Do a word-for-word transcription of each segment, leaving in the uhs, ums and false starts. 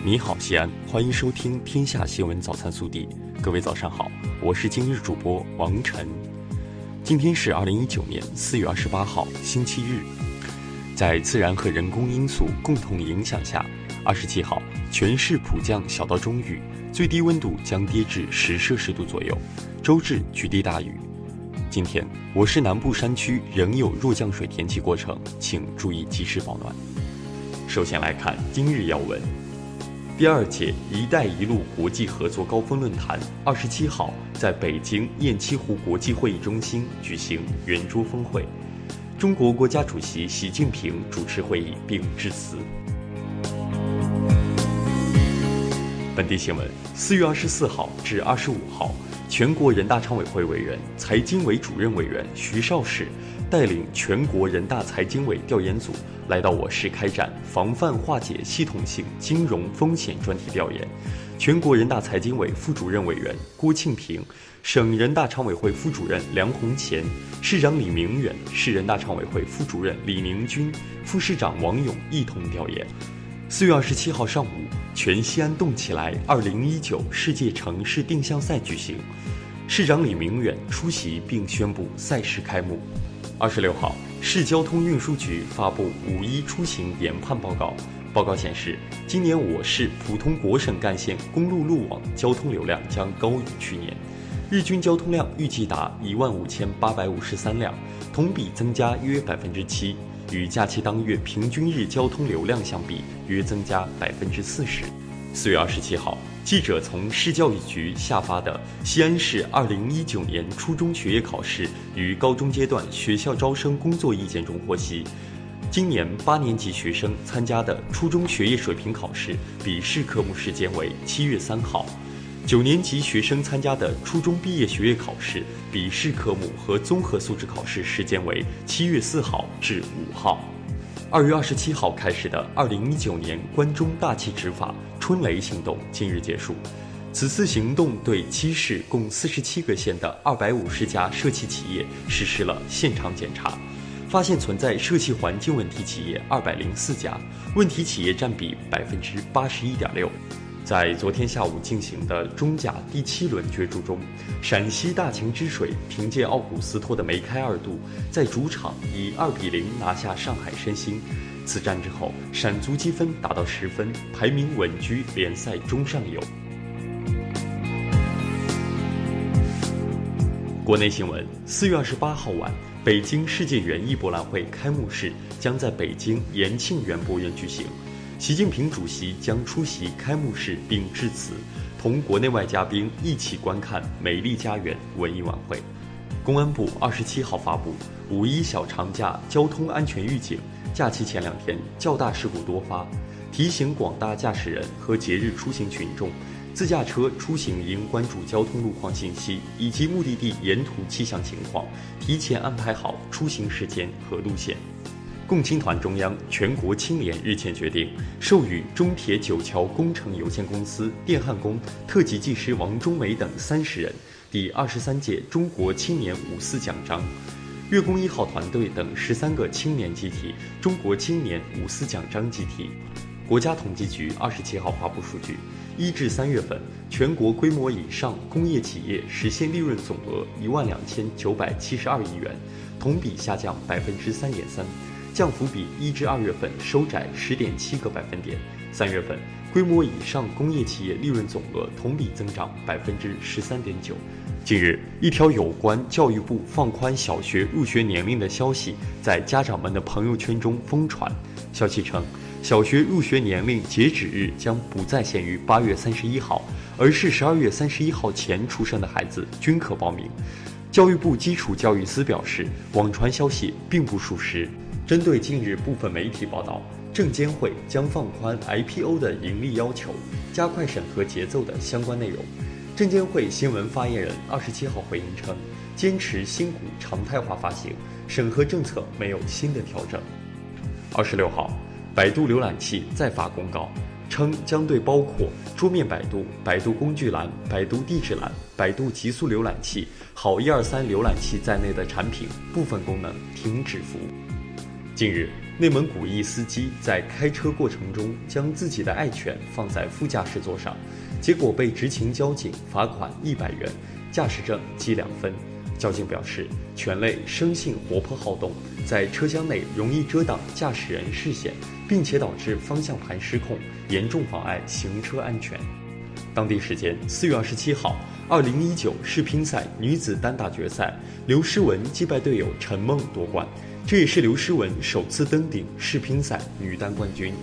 你好，西安，欢迎收听《天下新闻早餐速递》。各位早上好，我是今日主播王晨。今天是二零一九年四月二十八号，星期日。在自然和人工因素共同影响下，二十七号全市普降小到中雨，最低温度将跌至十摄氏度左右，周至局地大雨。今天我市南部山区仍有弱降水天气过程，请注意及时保暖。首先来看今日要闻。第二届“一带一路”国际合作高峰论坛二十七号在北京雁栖湖国际会议中心举行圆桌峰会，中国国家主席习近平主持会议并致辞。本地新闻：四月二十四号至二十五号，全国人大常委会委员、财经委主任委员徐绍史带领全国人大财经委调研组来到我市开展防范化解系统性金融风险专题调研。全国人大财经委副主任委员郭庆平、省人大常委会副主任梁宏乾、市长李明远、市人大常委会副主任李明军、副市长王勇一同调研。四月二十七号上午，全西安动起来二零一九世界城市定向赛举行，市长李明远出席并宣布赛事开幕。二十六号，市交通运输局发布五一出行研判报告。报告显示，今年我市普通国省干线公路路网交通流量将高于去年，日均交通量预计达一万五千八百五十三辆，同比增加约百分之七，与假期当月平均日交通流量相比，约增加百分之四十。四月二十七号，记者从市教育局下发的《西安市二零一九年初中学业考试与高中阶段学校招生工作意见》中获悉，今年八年级学生参加的初中学业水平考试笔试科目时间为七月三号，九年级学生参加的初中毕业学业考试笔试科目和综合素质考试时间为七月四号至五号。二月二十七号开始的二零一九年关中大气执法春雷行动今日结束。此次行动对七市共四十七个县的二百五十家涉气企业实施了现场检查，发现存在涉气环境问题企业二百零四家，问题企业占比百分之八十一点六。在昨天下午进行的中甲第七轮角逐中，陕西大秦之水凭借奥古斯托的梅开二度，在主场以二比零拿下上海申鑫。此战之后，陕足积分达到十分，排名稳居联赛中上游。国内新闻：四月二十八号晚，北京世界园艺博览会开幕式将在北京延庆园博园举行。习近平主席将出席开幕式并致辞，同国内外嘉宾一起观看美丽家园文艺晚会。公安部二十七号发布五一小长假交通安全预警，假期前两天较大事故多发，提醒广大驾驶人和节日出行群众，自驾车出行应关注交通路况信息以及目的地沿途气象情况，提前安排好出行时间和路线。共青团中央、全国青联日前决定，授予中铁九桥工程有限公司电焊工特级技师王忠梅等三十人第二十三届中国青年五四奖章，月宫一号团队等十三个青年集体中国青年五四奖章集体。国家统计局二十七号发布数据，一至三月份，全国规模以上工业企业实现利润总额一万两千九百七十二亿元，同比下降百分之三点三。降幅比一至二月份收窄十点七个百分点，三月份规模以上工业企业利润总额同比增长百分之十三点九。近日，一条有关教育部放宽小学入学年龄的消息在家长们的朋友圈中疯传。消息称，小学入学年龄截止日将不再限于八月三十一号，而是十二月三十一号前出生的孩子均可报名。教育部基础教育司表示，网传消息并不属实。针对近日部分媒体报道，证监会将放宽 I P O 的盈利要求，加快审核节奏的相关内容，证监会新闻发言人二十七号回应称，坚持新股常态化发行，审核政策没有新的调整。二十六号，百度浏览器再发公告，称将对包括桌面百度、百度工具栏、百度地址栏、百度极速浏览器、好一二三浏览器在内的产品部分功能停止服务。近日， 内蒙古一司机在开车过程中将自己的爱犬放在副驾驶座上，结果被执勤交警罚款一百元，驾驶证记两分。交警表示，犬类生性活泼好动，在车厢内容易遮挡驾驶人视线，并且导致方向盘失控，严重妨碍行车安全。当地时间四月二十七号，二零一九世乒赛女子单打决赛，刘诗雯击败队友陈梦夺冠，这也是刘诗雯首次登顶世乒赛女单冠军。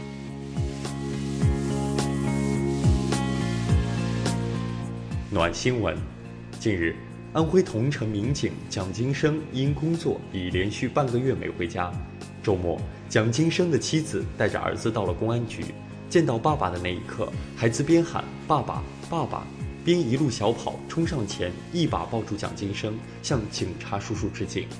暖新闻：近日，安徽桐城民警蒋金生因工作已连续半个月没回家。周末，蒋金生的妻子带着儿子到了公安局。见到爸爸的那一刻，孩子边喊“爸爸，爸爸”，边一路小跑冲上前，一把抱住蒋金生，向警察叔叔致敬。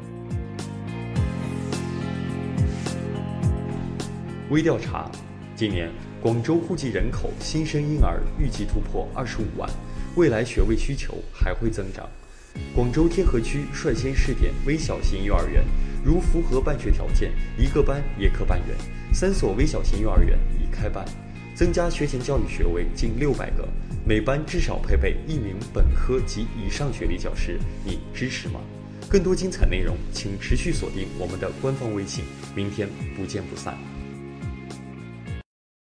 微调查：今年广州户籍人口新生婴儿预计突破二十五万，未来学位需求还会增长。广州天河区率先试点微小型幼儿园，如符合办学条件，一个班也可办园。三所微小型幼儿园已开办，增加学前教育学位近六百个，每班至少配备一名本科及以上学历教师，你支持吗？更多精彩内容，请持续锁定我们的官方微信，明天不见不散。